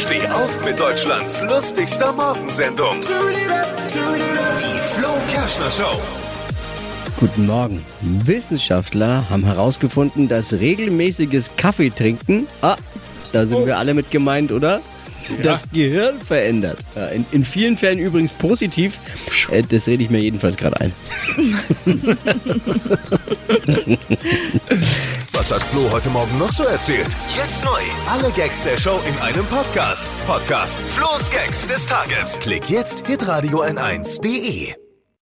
Steh auf mit Deutschlands lustigster Morgensendung. Die Flo Kerschner Show. Guten Morgen. Wissenschaftler haben herausgefunden, dass regelmäßiges Kaffeetrinken, da sind wir alle mit gemeint, oder? Das Gehirn verändert. Ja, in vielen Fällen übrigens positiv. Das rede ich mir jedenfalls gerade ein. Was hat Flo heute Morgen noch so erzählt? Jetzt neu. Alle Gags der Show in einem Podcast. Podcast Flo's Gags des Tages. Klick jetzt hitradio n1.de.